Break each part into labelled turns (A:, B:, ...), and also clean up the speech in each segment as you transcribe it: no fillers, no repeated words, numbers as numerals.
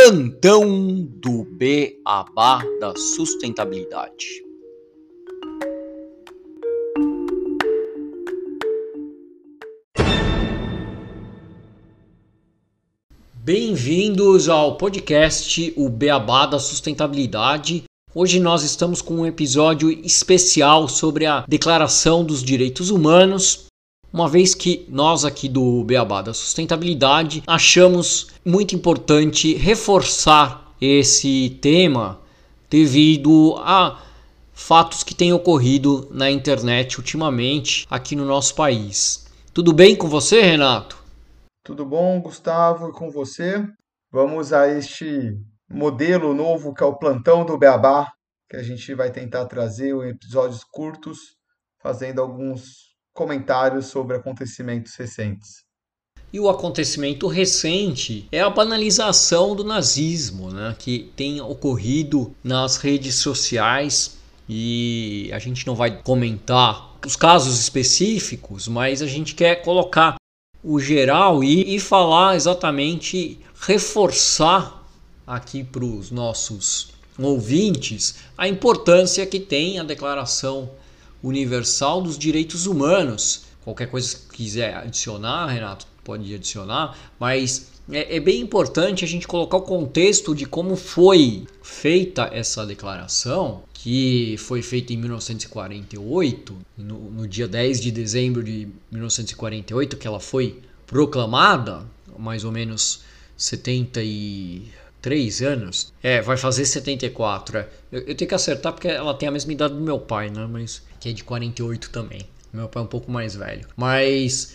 A: Plantão do Beabá da Sustentabilidade. Bem-vindos ao podcast O Beabá da Sustentabilidade. Hoje nós estamos com um episódio especial sobre a Declaração dos Direitos Humanos, uma vez que nós aqui do Beabá da Sustentabilidade achamos muito importante reforçar esse tema devido a fatos que têm ocorrido na internet ultimamente aqui no nosso país. Tudo bem com você, Renato?
B: Tudo bom, Gustavo, e com você? Vamos a este modelo novo que é o Plantão do Beabá, que a gente vai tentar trazer em episódios curtos, fazendo alguns comentários sobre acontecimentos recentes.
A: E o acontecimento recente é a banalização do nazismo, né, que tem ocorrido nas redes sociais, e a gente não vai comentar os casos específicos, mas a gente quer colocar o geral e falar exatamente, reforçar aqui para os nossos ouvintes a importância que tem a Declaração Universal dos Direitos Humanos. Qualquer coisa que quiser adicionar, Renato, pode adicionar, mas é bem importante a gente colocar o contexto de como foi feita essa declaração, que foi feita em 1948, no dia 10 de dezembro de 1948, que ela foi proclamada, mais ou menos 73 anos. Vai fazer 74. Eu tenho que acertar porque ela tem a mesma idade do meu pai, né? Mas que é de 48 também. Meu pai é um pouco mais velho. Mas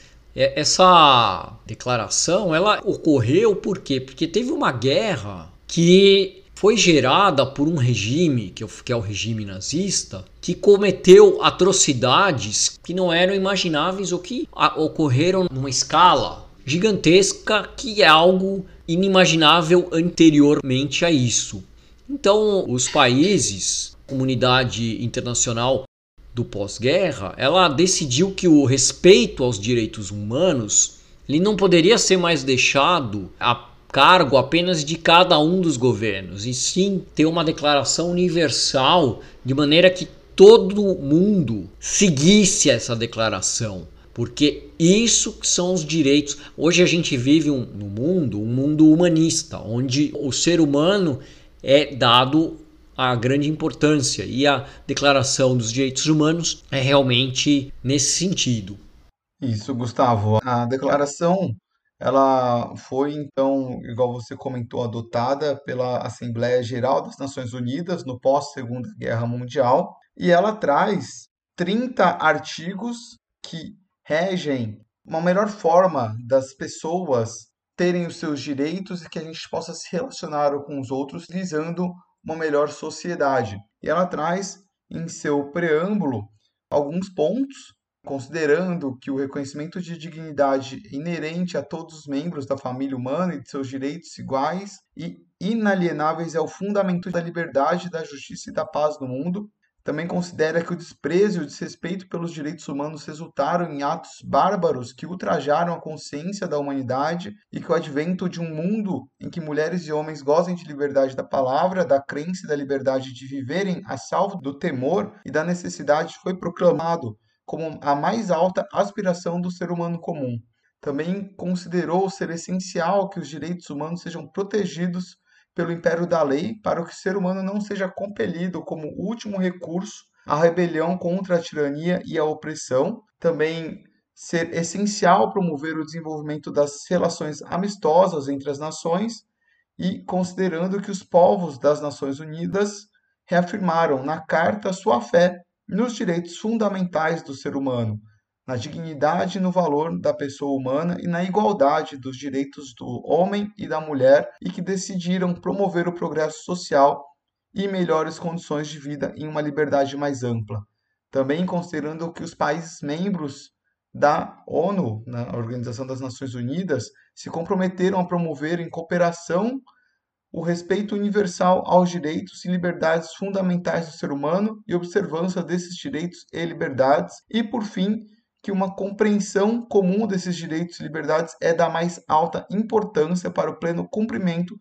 A: essa declaração, ela ocorreu por quê? Porque teve uma guerra que foi gerada por um regime, que é o regime nazista, que cometeu atrocidades que não eram imagináveis ou que ocorreram numa escala gigantesca, que é algo inimaginável anteriormente a isso. Então, os países, comunidade internacional do pós-guerra, ela decidiu que o respeito aos direitos humanos ele não poderia ser mais deixado a cargo apenas de cada um dos governos, e sim ter uma declaração universal, de maneira que todo mundo seguisse essa declaração, porque isso são os direitos. Hoje a gente vive um mundo humanista, onde o ser humano é dado a grande importância, e a Declaração dos Direitos Humanos é realmente nesse sentido.
B: Isso, Gustavo. A declaração, ela foi, então, igual você comentou, adotada pela Assembleia Geral das Nações Unidas no pós-Segunda Guerra Mundial, e ela traz 30 artigos que regem uma melhor forma das pessoas terem os seus direitos e que a gente possa se relacionar com os outros visando uma melhor sociedade. E ela traz em seu preâmbulo alguns pontos considerando que o reconhecimento de dignidade é inerente a todos os membros da família humana e de seus direitos iguais e inalienáveis é o fundamento da liberdade, da justiça e da paz no mundo. Também considera que o desprezo e o desrespeito pelos direitos humanos resultaram em atos bárbaros que ultrajaram a consciência da humanidade e que o advento de um mundo em que mulheres e homens gozem de liberdade da palavra, da crença e da liberdade de viverem a salvo do temor e da necessidade foi proclamado como a mais alta aspiração do ser humano comum. Também considerou ser essencial que os direitos humanos sejam protegidos pelo império da lei para que o ser humano não seja compelido como último recurso à rebelião contra a tirania e a opressão. Também ser essencial promover o desenvolvimento das relações amistosas entre as nações e considerando que os povos das Nações Unidas reafirmaram na Carta sua fé nos direitos fundamentais do ser humano, na dignidade e no valor da pessoa humana e na igualdade dos direitos do homem e da mulher, e que decidiram promover o progresso social e melhores condições de vida em uma liberdade mais ampla. Também considerando que os países membros da ONU, na Organização das Nações Unidas, se comprometeram a promover em cooperação o respeito universal aos direitos e liberdades fundamentais do ser humano e observância desses direitos e liberdades, e, por fim, que uma compreensão comum desses direitos e liberdades é da mais alta importância para o pleno cumprimento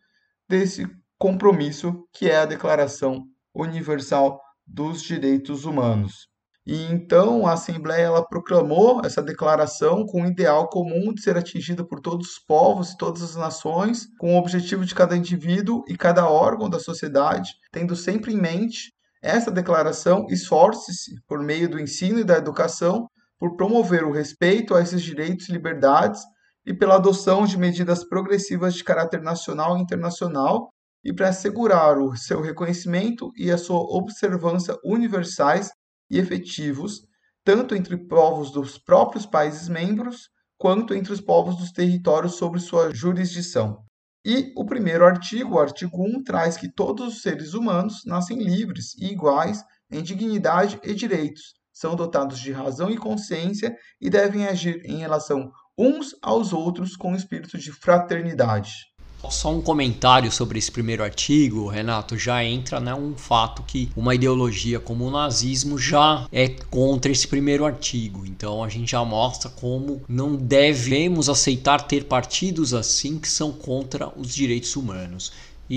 B: desse compromisso que é a Declaração Universal dos Direitos Humanos. E então a Assembleia ela proclamou essa declaração com um ideal comum de ser atingido por todos os povos e todas as nações, com o objetivo de cada indivíduo e cada órgão da sociedade, tendo sempre em mente essa declaração, esforce-se, por meio do ensino e da educação, por promover o respeito a esses direitos e liberdades e pela adoção de medidas progressivas de caráter nacional e internacional e para assegurar o seu reconhecimento e a sua observância universais e efetivos, tanto entre povos dos próprios países membros, quanto entre os povos dos territórios sob sua jurisdição. E o primeiro artigo, o artigo 1, traz que todos os seres humanos nascem livres e iguais em dignidade e direitos, são dotados de razão e consciência e devem agir em relação uns aos outros com espírito de fraternidade.
A: Só um comentário sobre esse primeiro artigo, Renato, já entra, né, um fato que uma ideologia como o nazismo já é contra esse primeiro artigo. Então a gente já mostra como não devemos aceitar ter partidos assim que são contra os direitos humanos.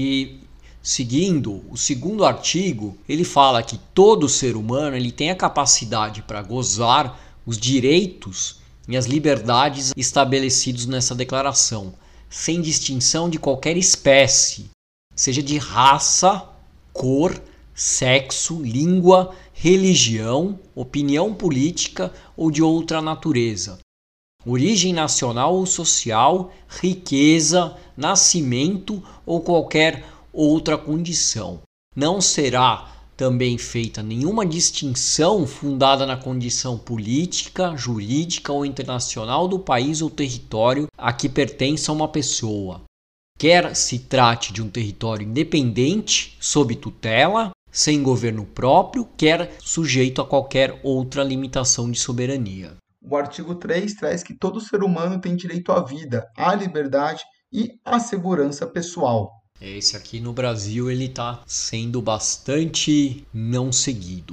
A: E seguindo, o segundo artigo, ele fala que todo ser humano ele tem a capacidade para gozar os direitos e as liberdades estabelecidos nessa declaração, sem distinção de qualquer espécie, seja de raça, cor, sexo, língua, religião, opinião política ou de outra natureza, origem nacional ou social, riqueza, nascimento ou qualquer outra condição. Não será também feita nenhuma distinção fundada na condição política, jurídica ou internacional do país ou território a que pertença uma pessoa, quer se trate de um território independente, sob tutela, sem governo próprio, quer sujeito a qualquer outra limitação de soberania.
B: O artigo 3 traz que todo ser humano tem direito à vida, à liberdade e à segurança pessoal.
A: Esse aqui no Brasil ele está sendo bastante não seguido.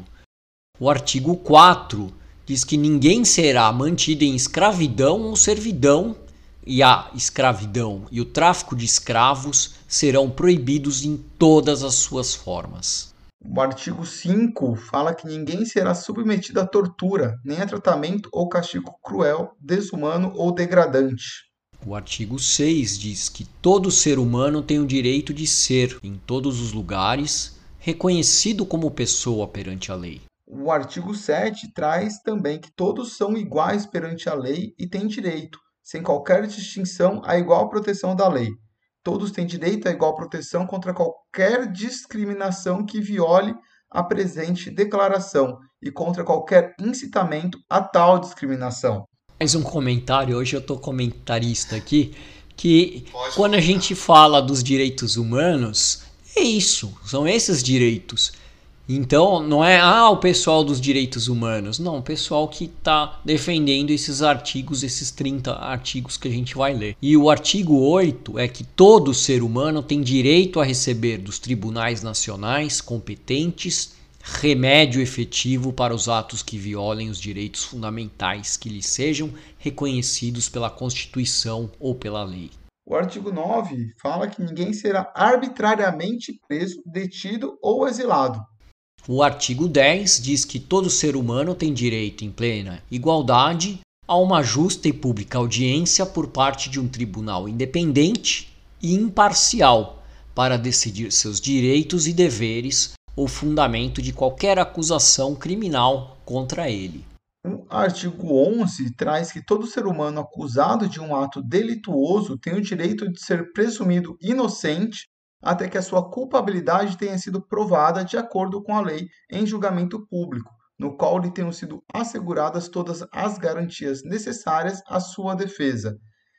A: O artigo 4 diz que ninguém será mantido em escravidão ou servidão, e a escravidão e o tráfico de escravos serão proibidos em todas as suas formas.
B: O artigo 5 fala que ninguém será submetido à tortura, nem a tratamento ou castigo cruel, desumano ou degradante.
A: O artigo 6 diz que todo ser humano tem o direito de ser, em todos os lugares, reconhecido como pessoa perante a lei.
B: O artigo 7 traz também que todos são iguais perante a lei e têm direito, sem qualquer distinção, à igual proteção da lei. Todos têm direito à igual proteção contra qualquer discriminação que viole a presente declaração e contra qualquer incitamento a tal discriminação.
A: Mais um comentário, hoje eu tô comentarista aqui, que quando a gente fala dos direitos humanos, é isso, são esses direitos. Então não é o pessoal dos direitos humanos, não, o pessoal que está defendendo esses artigos, esses 30 artigos que a gente vai ler. E o artigo 8 é que todo ser humano tem direito a receber dos tribunais nacionais competentes remédio efetivo para os atos que violem os direitos fundamentais que lhes sejam reconhecidos pela Constituição ou pela lei.
B: O artigo 9 fala que ninguém será arbitrariamente preso, detido ou exilado.
A: O artigo 10 diz que todo ser humano tem direito em plena igualdade a uma justa e pública audiência por parte de um tribunal independente e imparcial para decidir seus direitos e deveres ou fundamento de qualquer acusação criminal contra ele.
B: O artigo 11 traz que todo ser humano acusado de um ato delituoso tem o direito de ser presumido inocente até que a sua culpabilidade tenha sido provada de acordo com a lei em julgamento público, no qual lhe tenham sido asseguradas todas as garantias necessárias à sua defesa,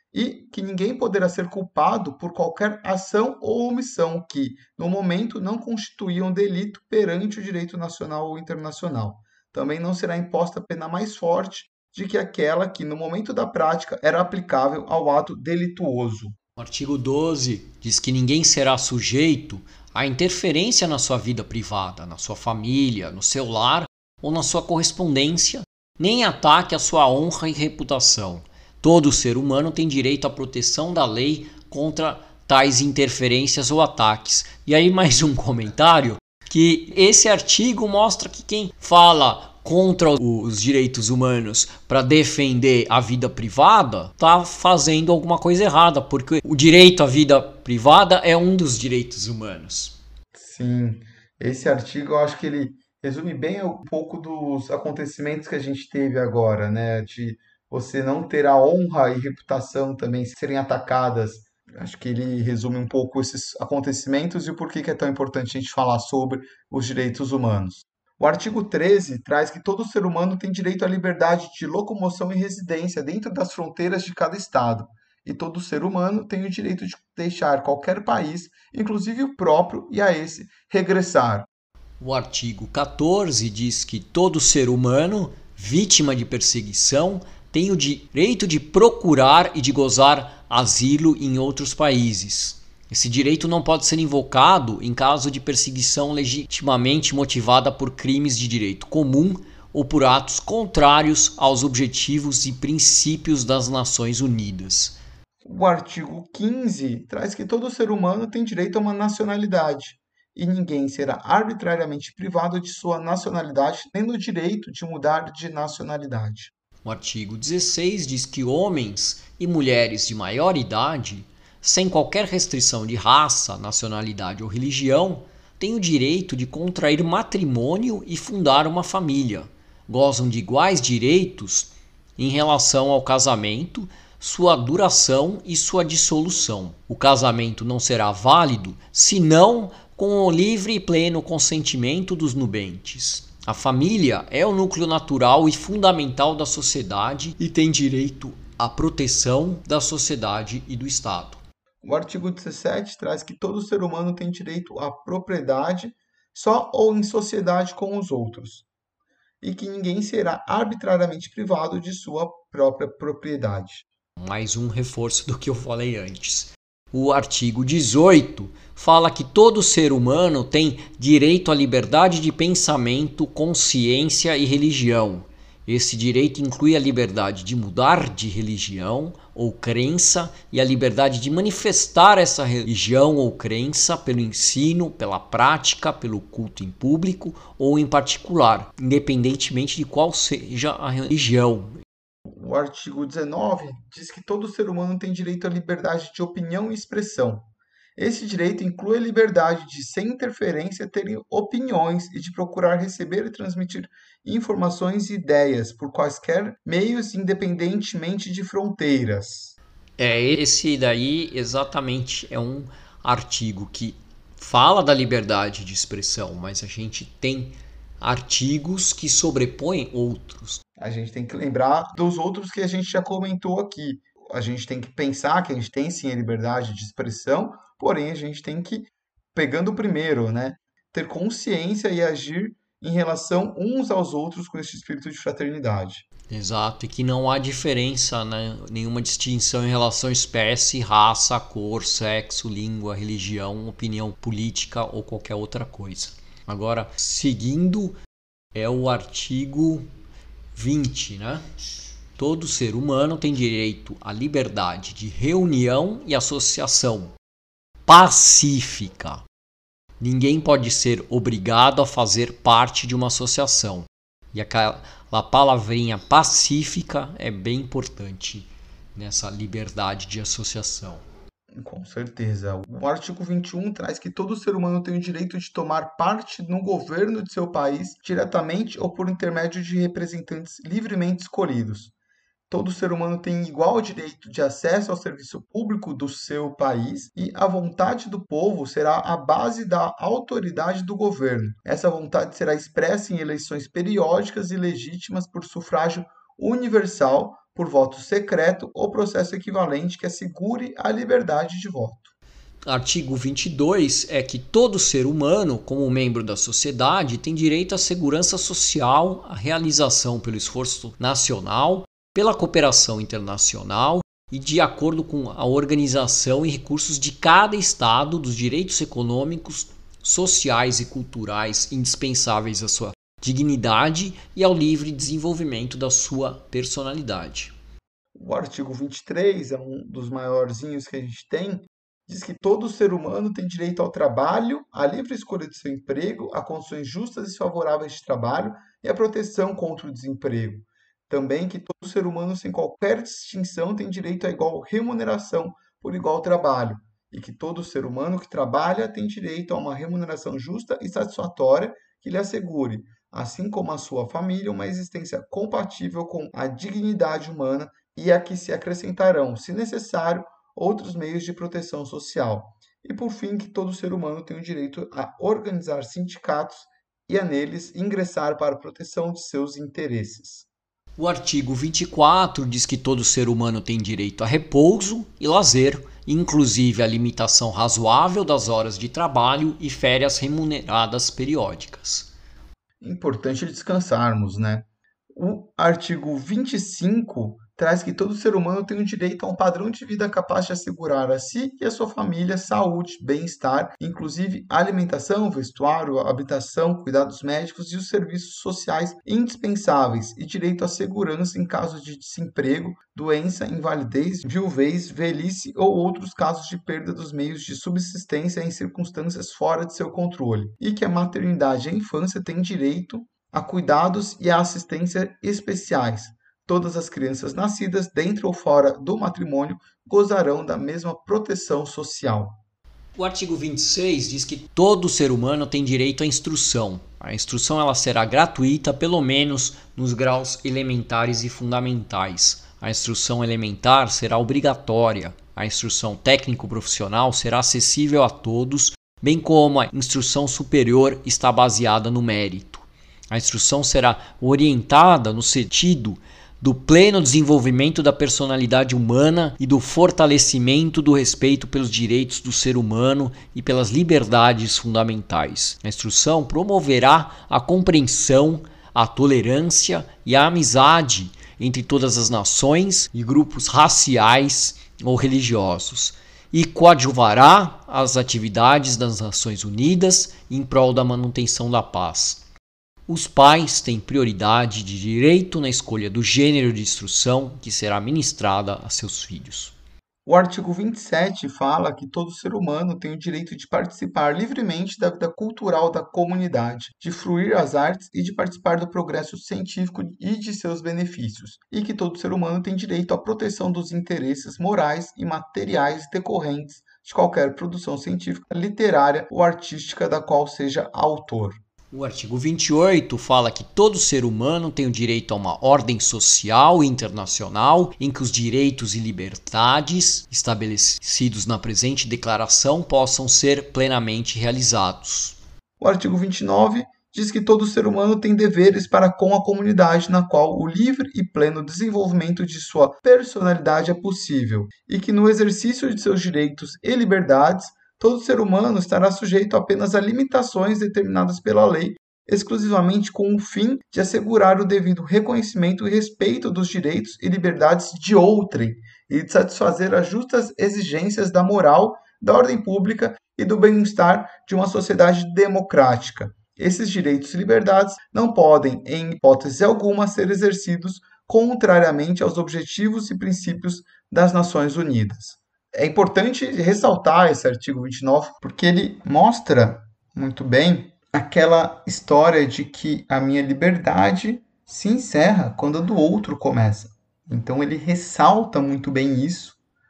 B: e que ninguém poderá ser culpado por qualquer ação ou omissão que, no momento, não constituíam delito perante o direito nacional ou internacional. Também não será imposta pena mais forte de que aquela que, no momento da prática, era aplicável ao ato delituoso.
A: O artigo 12 diz que ninguém será sujeito à interferência na sua vida privada, na sua família, no seu lar ou na sua correspondência, nem ataque à sua honra e reputação. Todo ser humano tem direito à proteção da lei contra tais interferências ou ataques. E aí mais um comentário, que esse artigo mostra que quem fala contra os direitos humanos para defender a vida privada está fazendo alguma coisa errada, porque o direito à vida privada é um dos direitos humanos.
B: Sim, esse artigo eu acho que ele resume bem um pouco dos acontecimentos que a gente teve agora, né? De você não ter a honra e reputação também serem atacadas. Acho que ele resume um pouco esses acontecimentos e o porquê que é tão importante a gente falar sobre os direitos humanos. O artigo 13 traz que todo ser humano tem direito à liberdade de locomoção e residência dentro das fronteiras de cada estado. E todo ser humano tem o direito de deixar qualquer país, inclusive o próprio, e a esse regressar.
A: O artigo 14 diz que todo ser humano, vítima de perseguição, tem o direito de procurar e de gozar asilo em outros países. Esse direito não pode ser invocado em caso de perseguição legitimamente motivada por crimes de direito comum ou por atos contrários aos objetivos e princípios das Nações Unidas.
B: O artigo 15 traz que todo ser humano tem direito a uma nacionalidade e ninguém será arbitrariamente privado de sua nacionalidade, tendo o direito de mudar de nacionalidade.
A: O artigo 16 diz que homens e mulheres de maior idade, sem qualquer restrição de raça, nacionalidade ou religião, têm o direito de contrair matrimônio e fundar uma família. Gozam de iguais direitos em relação ao casamento, sua duração e sua dissolução. O casamento não será válido senão com o livre e pleno consentimento dos nubentes. A família é o núcleo natural e fundamental da sociedade e tem direito à proteção da sociedade e do Estado.
B: O artigo 17 traz que todo ser humano tem direito à propriedade só ou em sociedade com os outros, e que ninguém será arbitrariamente privado de sua própria propriedade.
A: Mais um reforço do que eu falei antes. O artigo 18 fala que todo ser humano tem direito à liberdade de pensamento, consciência e religião. Esse direito inclui a liberdade de mudar de religião ou crença e a liberdade de manifestar essa religião ou crença pelo ensino, pela prática, pelo culto em público ou em particular, independentemente de qual seja a religião.
B: O artigo 19 diz que todo ser humano tem direito à liberdade de opinião e expressão. Esse direito inclui a liberdade de, sem interferência, ter opiniões e de procurar receber e transmitir informações e ideias por quaisquer meios, independentemente de fronteiras.
A: Esse daí exatamente é um artigo que fala da liberdade de expressão, mas a gente tem artigos que sobrepõem outros.
B: A gente tem que lembrar dos outros que a gente já comentou aqui. A gente tem que pensar que a gente tem sim a liberdade de expressão, porém a gente tem que, pegando o primeiro, né, ter consciência e agir em relação uns aos outros com esse espírito de fraternidade.
A: Exato, e que não há diferença, né, nenhuma distinção em relação a espécie, raça, cor, sexo, língua, religião, opinião política ou qualquer outra coisa. Agora, seguindo, é o artigo 20, né? Todo ser humano tem direito à liberdade de reunião e associação pacífica. Ninguém pode ser obrigado a fazer parte de uma associação. E aquela palavrinha pacífica é bem importante nessa liberdade de associação.
B: Com certeza. O artigo 21 traz que todo ser humano tem o direito de tomar parte no governo de seu país, diretamente ou por intermédio de representantes livremente escolhidos. Todo ser humano tem igual direito de acesso ao serviço público do seu país e a vontade do povo será a base da autoridade do governo. Essa vontade será expressa em eleições periódicas e legítimas por sufrágio universal, por voto secreto ou processo equivalente que assegure a liberdade de voto.
A: Artigo 22 é que todo ser humano, como membro da sociedade, tem direito à segurança social, à realização pelo esforço nacional, pela cooperação internacional e de acordo com a organização e recursos de cada estado, dos direitos econômicos, sociais e culturais indispensáveis à sua dignidade e ao livre desenvolvimento da sua personalidade.
B: O artigo 23 é um dos maiorzinhos que a gente tem, diz que todo ser humano tem direito ao trabalho, à livre escolha de seu emprego, a condições justas e favoráveis de trabalho e à proteção contra o desemprego. Também que todo ser humano, sem qualquer distinção, tem direito à igual remuneração por igual trabalho. E que todo ser humano que trabalha tem direito a uma remuneração justa e satisfatória que lhe assegure, assim como a sua família, uma existência compatível com a dignidade humana e a que se acrescentarão, se necessário, outros meios de proteção social. E, por fim, que todo ser humano tem o direito a organizar sindicatos e a neles ingressar para a proteção de seus interesses.
A: O artigo 24 diz que todo ser humano tem direito a repouso e lazer, inclusive a limitação razoável das horas de trabalho e férias remuneradas periódicas.
B: Importante descansarmos, né? O artigo 25 traz que todo ser humano tem o direito a um padrão de vida capaz de assegurar a si e a sua família saúde, bem-estar, inclusive alimentação, vestuário, habitação, cuidados médicos e os serviços sociais indispensáveis, e direito à segurança em caso de desemprego, doença, invalidez, viuvez, velhice ou outros casos de perda dos meios de subsistência em circunstâncias fora de seu controle, e que a maternidade e a infância têm direito a cuidados e a assistência especiais. Todas as crianças nascidas dentro ou fora do matrimônio gozarão da mesma proteção social.
A: O artigo 26 diz que todo ser humano tem direito à instrução. A instrução ela será gratuita, pelo menos nos graus elementares e fundamentais. A instrução elementar será obrigatória. A instrução técnico-profissional será acessível a todos, bem como a instrução superior está baseada no mérito. A instrução será orientada no sentido do pleno desenvolvimento da personalidade humana e do fortalecimento do respeito pelos direitos do ser humano e pelas liberdades fundamentais. A instrução promoverá a compreensão, a tolerância e a amizade entre todas as nações e grupos raciais ou religiosos e coadjuvará as atividades das Nações Unidas em prol da manutenção da paz. Os pais têm prioridade de direito na escolha do gênero de instrução que será ministrada a seus filhos.
B: O artigo 27 fala que todo ser humano tem o direito de participar livremente da vida cultural da comunidade, de fruir as artes e de participar do progresso científico e de seus benefícios, e que todo ser humano tem direito à proteção dos interesses morais e materiais decorrentes de qualquer produção científica, literária ou artística da qual seja autor.
A: O artigo 28 fala que todo ser humano tem o direito a uma ordem social e internacional em que os direitos e liberdades estabelecidos na presente declaração possam ser plenamente realizados.
B: O artigo 29 diz que todo ser humano tem deveres para com a comunidade na qual o livre e pleno desenvolvimento de sua personalidade é possível, e que no exercício de seus direitos e liberdades todo ser humano estará sujeito apenas a limitações determinadas pela lei, exclusivamente com o fim de assegurar o devido reconhecimento e respeito dos direitos e liberdades de outrem e de satisfazer as justas exigências da moral, da ordem pública e do bem-estar de uma sociedade democrática. Esses direitos e liberdades não podem, em hipótese alguma, ser exercidos contrariamente aos objetivos e princípios das Nações Unidas. É importante ressaltar esse artigo 29 porque ele mostra muito bem aquela história de que a minha liberdade se encerra quando a do outro começa. Então ele ressalta muito bem isso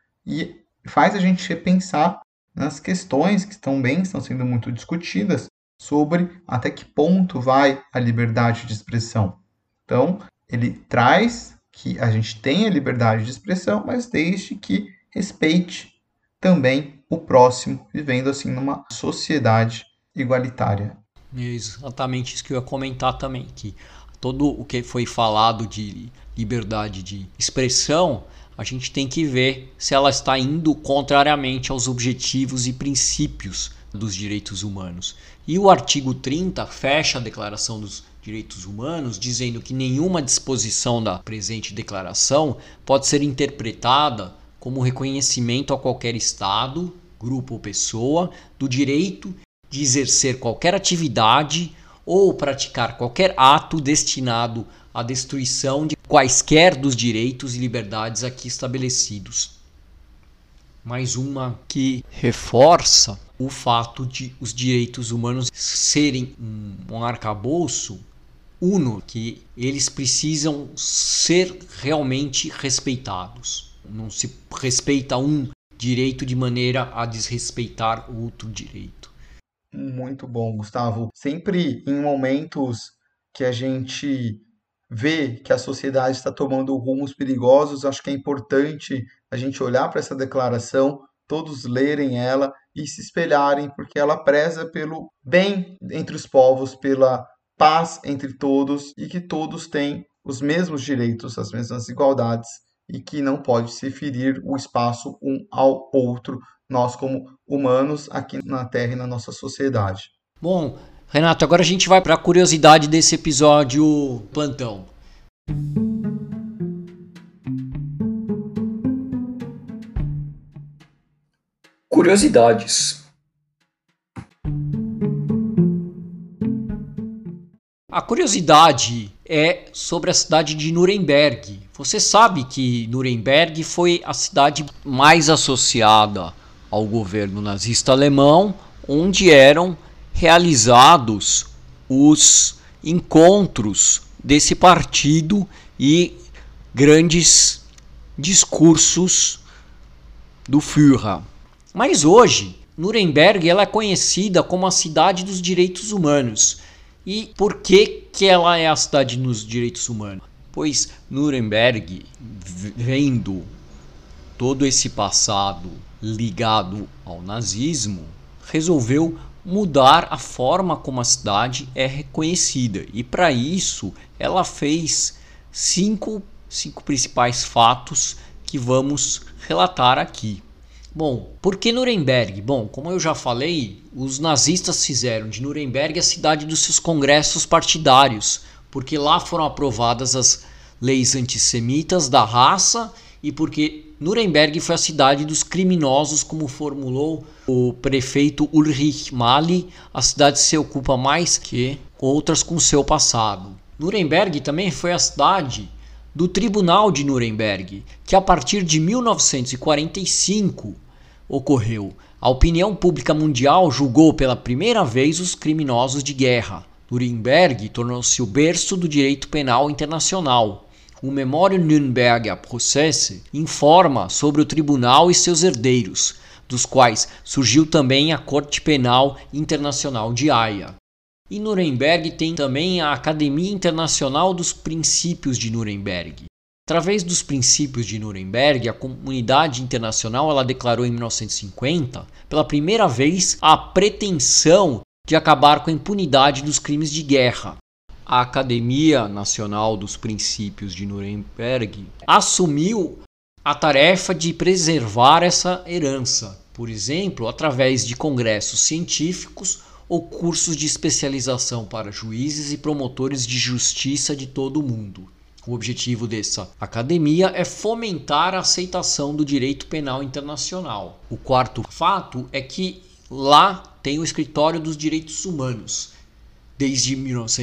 B: e faz a gente repensar nas questões que estão sendo muito discutidas sobre até que ponto vai a liberdade de expressão. Então ele traz que a gente tem a liberdade de expressão, mas desde que respeite também o próximo, vivendo assim numa sociedade igualitária.
A: Exatamente isso que eu ia comentar também, que todo o que foi falado de liberdade de expressão, a gente tem que ver se ela está indo contrariamente aos objetivos e princípios dos direitos humanos. E o artigo 30 fecha a Declaração dos Direitos Humanos dizendo que nenhuma disposição da presente declaração pode ser interpretada como reconhecimento a qualquer Estado, grupo ou pessoa do direito de exercer qualquer atividade ou praticar qualquer ato destinado à destruição de quaisquer dos direitos e liberdades aqui estabelecidos. mais uma que reforça o fato de os direitos humanos serem um arcabouço uno, que eles precisam ser realmente respeitados. Não se respeita um direito de maneira a desrespeitar o outro direito.
B: Muito bom, Gustavo. Sempre em momentos que a gente vê que a sociedade está tomando rumos perigosos, acho que é importante a gente olhar para essa declaração, todos lerem ela e se espelharem, porque ela preza pelo bem entre os povos, pela paz entre todos e que todos têm os mesmos direitos, as mesmas igualdades e que não pode se ferir o espaço um ao outro, nós como humanos aqui na Terra e na nossa sociedade.
A: Bom, Renato, agora a gente vai para a curiosidade desse episódio plantão. Curiosidades. A curiosidade é sobre a cidade de Nuremberg. Você sabe que Nuremberg foi a cidade mais associada ao governo nazista alemão, onde eram realizados os encontros desse partido e grandes discursos do Führer. Mas hoje, Nuremberg ela é conhecida como a cidade dos direitos humanos. E por que ela é a cidade dos direitos humanos? Pois Nuremberg, vendo todo esse passado ligado ao nazismo, resolveu mudar a forma como a cidade é reconhecida. E para isso, ela fez cinco principais fatos que vamos relatar aqui. Bom, por que Nuremberg? Bom, como eu já falei, os nazistas fizeram de Nuremberg a cidade dos seus congressos partidários, porque lá foram aprovadas as leis antissemitas da raça e porque Nuremberg foi a cidade dos criminosos, como formulou o prefeito Ulrich Mali. A cidade se ocupa mais que outras com seu passado. Nuremberg também foi a cidade do Tribunal de Nuremberg, que a partir de 1945 ocorreu. A opinião pública mundial julgou pela primeira vez os criminosos de guerra. Nuremberg tornou-se o berço do direito penal internacional. O Memorial Nürnberger Prozesse informa sobre o tribunal e seus herdeiros, dos quais surgiu também a Corte Penal Internacional de Haia. E Nuremberg tem também a Academia Internacional dos Princípios de Nuremberg. Através dos princípios de Nuremberg, a comunidade internacional ela declarou em 1950, pela primeira vez, a pretensão de acabar com a impunidade dos crimes de guerra. A Academia Nacional dos Princípios de Nuremberg assumiu a tarefa de preservar essa herança, por exemplo, através de congressos científicos ou cursos de especialização para juízes e promotores de justiça de todo o mundo. O objetivo dessa academia é fomentar a aceitação do direito penal internacional. O quarto fato é que lá tem o Escritório dos Direitos Humanos. Desde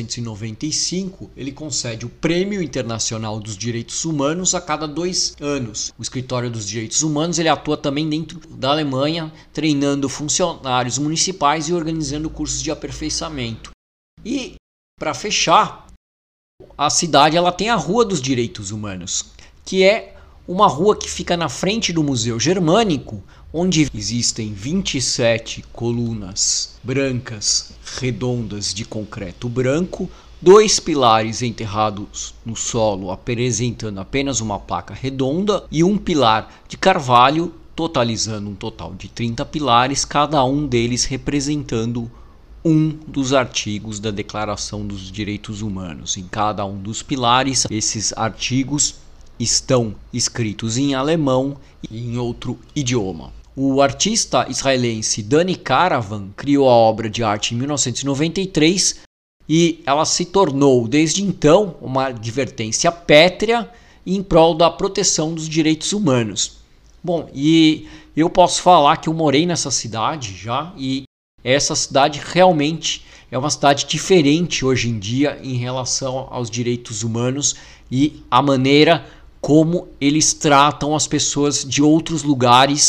A: 1995, ele concede o Prêmio Internacional dos Direitos Humanos a cada 2 anos. O Escritório dos Direitos Humanos ele atua também dentro da Alemanha, treinando funcionários municipais e organizando cursos de aperfeiçoamento. E, para fechar, a cidade ela tem a Rua dos Direitos Humanos, que é uma rua que fica na frente do Museu Germânico, onde existem 27 colunas brancas redondas de concreto branco, 2 pilares enterrados no solo apresentando apenas uma placa redonda e um pilar de carvalho, totalizando um total de 30 pilares, cada um deles representando um dos artigos da Declaração dos Direitos Humanos. Em cada um dos pilares, esses artigos estão escritos em alemão e em outro idioma. O artista israelense Dani Caravan criou a obra de arte em 1993 e ela se tornou, desde então, uma advertência pétrea em prol da proteção dos direitos humanos. Bom, e eu posso falar que eu morei nessa cidade já e essa cidade realmente é uma cidade diferente hoje em dia em relação aos direitos humanos e a maneira como eles tratam as pessoas de outros lugares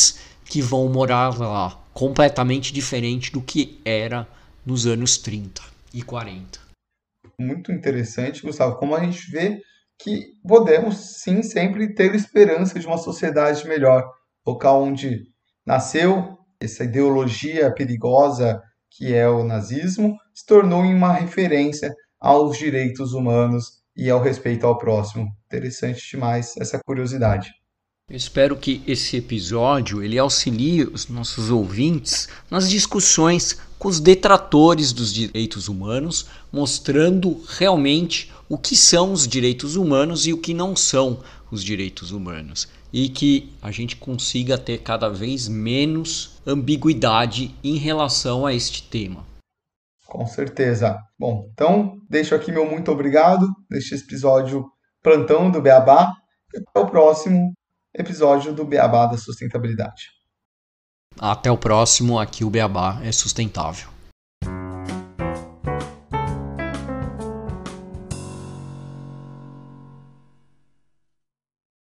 A: que vão morar lá, completamente diferente do que era nos anos 30 e 40.
B: Muito interessante, Gustavo, como a gente vê que podemos sim sempre ter esperança de uma sociedade melhor. Local onde nasceu essa ideologia perigosa que é o nazismo, se tornou uma referência aos direitos humanos e ao respeito ao próximo. Interessante demais essa curiosidade.
A: Eu espero que esse episódio ele auxilie os nossos ouvintes nas discussões com os detratores dos direitos humanos, mostrando realmente o que são os direitos humanos e o que não são os direitos humanos. E que a gente consiga ter cada vez menos ambiguidade em relação a este tema.
B: Com certeza. Bom, então deixo aqui meu muito obrigado neste episódio Plantão do Beabá. Até o próximo episódio do Beabá da Sustentabilidade.
A: Até o próximo, aqui o Beabá é sustentável.